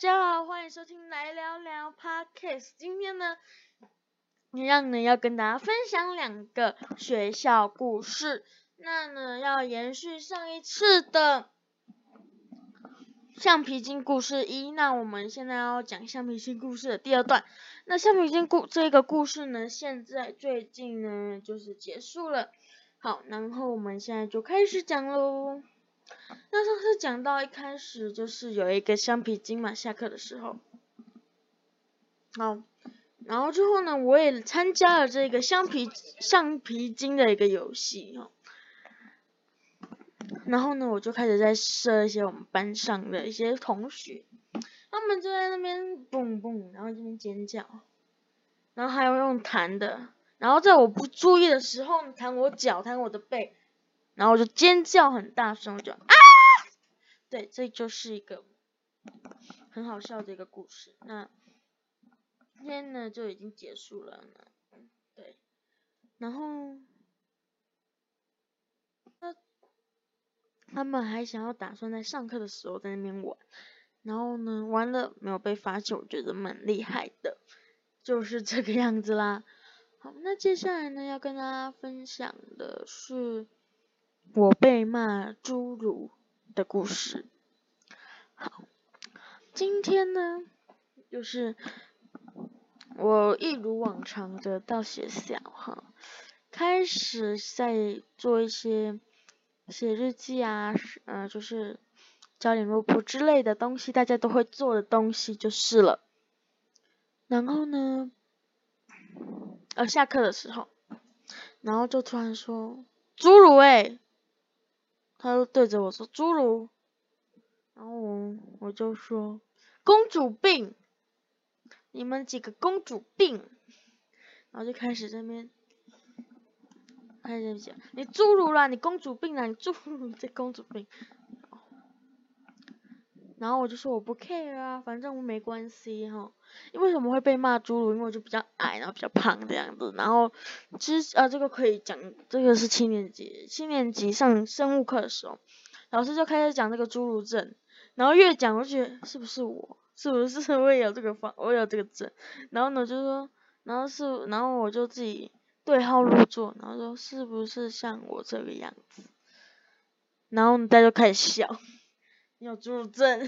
家好，欢迎收听来聊聊 Podcast。今天呢，要跟大家分享2个学校故事。那呢，要延续上一次的橡皮筋故事1。那我们现在要讲橡皮筋故事的第2段。那橡皮筋这个故事呢，最近呢就是结束了。好，然后我们现在就开始讲喽。那上次讲到一开始就是有一个橡皮筋嘛，下课的时候，好，然后之后呢，我也参加了这个橡皮筋的一个游戏哈，然后呢，我就开始在设一些我们班上的一些同学，他们就在那边蹦蹦，然后这边尖叫，然后还有用弹的，然后在我不注意的时候弹我脚，弹我的背，然后我就尖叫很大声，我就啊！对，这就是一个很好笑的一个故事。那今天呢就已经结束了呢，对，然后他们还想要打算在上课的时候在那边玩，然后呢玩了没有被发现，我觉得蛮厉害的，就是这个样子啦。好，那接下来呢要跟大家分享的是我被骂侏儒的故事。好，今天呢就是我一如往常的到学校哈，开始在做一些写日记啊，就是交联络簿之类的东西，大家都会做的东西就是了。然后呢，下课的时候，然后就突然说侏儒他就对着我说侏儒，然后我就说公主病，你们几个公主病，然后就开始在那边讲你侏儒啦，你公主病啦，你侏儒，这公主病。然后我就说我不 care 啊，反正我没关系哈。因为什么会被骂侏儒？因为我就比较矮，然后比较胖这样子。然后这个可以讲，这个是7年级上生物课的时候，老师就开始讲这个侏儒症，然后越讲我就觉得是不是我也有这个症？然后呢就说，然后我就自己对号入座，然后说是不是像我这个样子？然后大家就开始笑。你有侏儒症，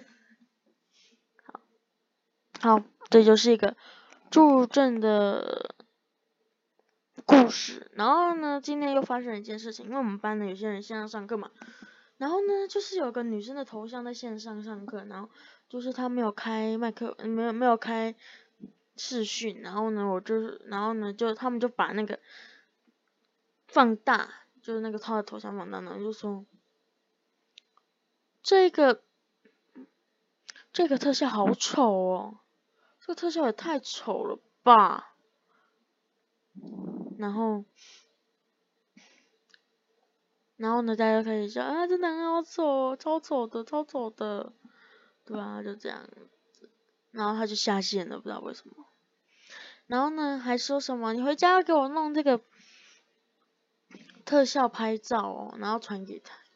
好，这就是一个侏儒症的故事。然后呢，今天又发生了一件事情，因为我们班呢有些人线上上课嘛，然后呢，就是有个女生的头像在线上上课，然后就是她没有开没有开视讯，然后呢，就他们就把那个放大，就是那个她的头像放大，然后就说这个特效好丑哦。这个特效也太丑了吧！然后呢，大家就开始笑啊，真的很好丑，超丑的，对啊，就这样。然后他就下线了，不知道为什么。然后呢，还说什么你回家要给我弄这个特效拍照哦，然后传给他。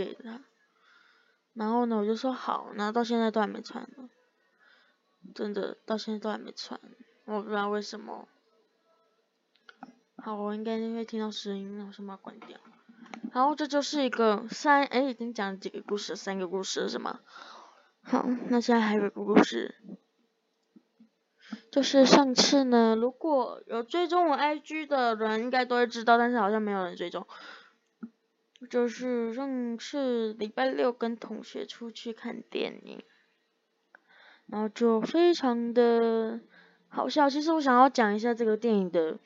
然后呢，我就说好，然后到现在都还没传呢，真的到现在都还没传，我不知道为什么。好，我应该会听到声音，那我先把它关掉。好，这就是一个已经讲了几个故事，3个故事是吗？好，那现在还有一个故事，就是上次呢，如果有追踪我 IG 的人应该都会知道，但是好像没有人追踪。就是上次礼拜6跟同学出去看电影，然后就非常的好笑。其实我想要讲一下这个电影的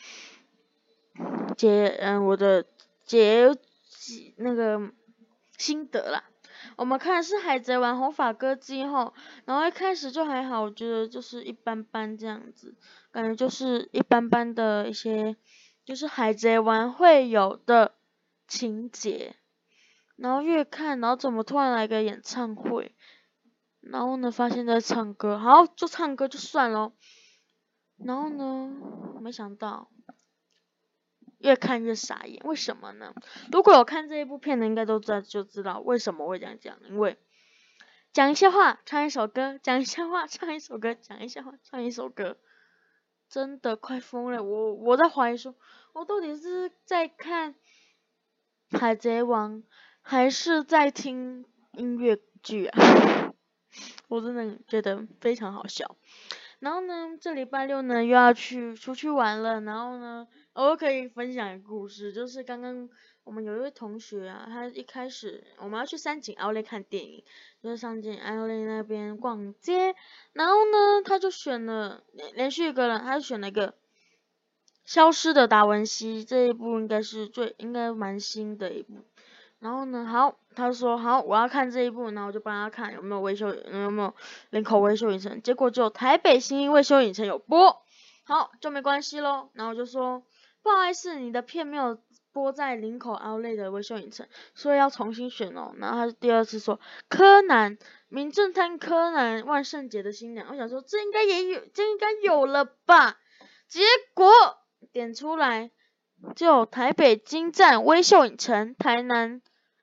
我的那个心得啦。我们看的是海贼王红发歌姬后，然后一开始就还好，我觉得就是一般般这样子，感觉就是一般般的一些，就是海贼王会有的情节。然后越看，然后怎么突然来个演唱会，然后呢发现在唱歌，好就唱歌就算咯。然后呢，没想到越看越傻眼，为什么呢？如果有看这一部片的应该都知道为什么会这样讲，因为讲一些话，唱一首歌，讲一些话，唱一首歌，讲一些话，唱一首歌，真的快疯了。我在怀疑说，我到底是在看海贼王，还是在听音乐剧啊？我真的觉得非常好笑。然后呢，这礼拜六呢又要出去玩了。然后呢，我可以分享一个故事，就是刚刚我们有一位同学啊，他一开始我们要去三井奥莱看电影，就是三井奥莱那边逛街。然后呢，他就选了连续一个人，他就选了一个消失的达文西，这一部应该蛮新的一部。然后呢，好，他说好，我要看这一部，然后我就帮他看有没有林口微秀影城，结果只有台北新一微秀影城有播，好就没关系咯。然后我就说不好意思，你的片没有播在林口奥莱的微秀影城，所以要重新选哦。然后他第二次说柯南，名侦探柯南万圣节的新娘，我想说这应该有了吧，结果点出来就有台北金站微秀影城，台南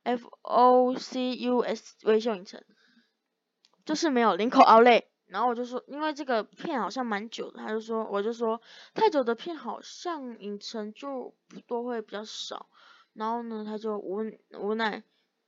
FOCUS 微秀影城，就是没有林口奥莱。然后我就说，因为这个片好像蛮久的，我就说太久的片好像影城就都会比较少。然后呢，他就无奈，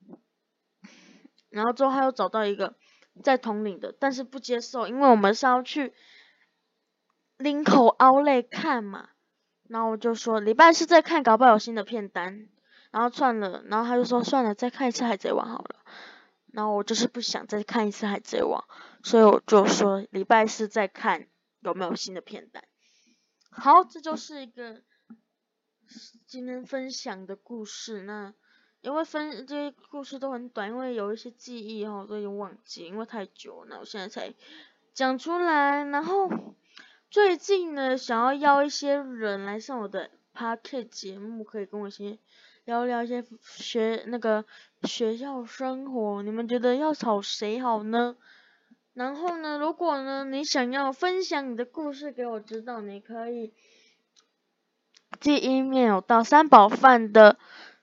然后之后他又找到一个在统领的，但是不接受，因为我们是要去林口奥莱看嘛。然后我就说礼拜四再看，搞不好有新的片单。然后算了，然后他就说算了，再看一次海贼王好了。然后我就是不想再看一次海贼王，所以我就说礼拜四再看有没有新的片单。好，这就是一个今天分享的故事。那因为这些故事都很短，因为有一些记忆都已经忘记，因为太久了，那我现在才讲出来。然后最近呢，想要邀一些人来上我的 podcast 节目，可以跟我一起聊聊一些学校生活，你们觉得要找谁好呢？然后呢，如果呢你想要分享你的故事给我知道，你可以寄 email 到三宝饭的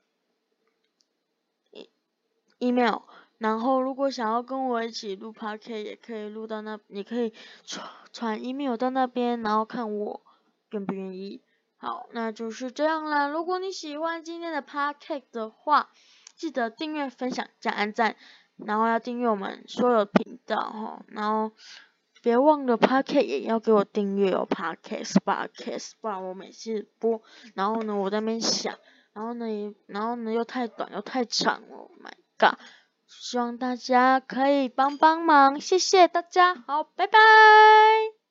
email。然后如果想要跟我一起录 podcast，也可以录到你可以传 email 到那边，然后看我愿不愿意。好，那就是这样啦。如果你喜欢今天的 podcast 的话，记得订阅、分享、加按赞，然后要订阅我们所有频道然后别忘了 podcast 也要给我订阅哦 podcast，不然我每次播，然后呢我在那边想，然后呢又太短又太长了 ，Oh my god！希望大家可以帮忙，谢谢大家，好，拜拜。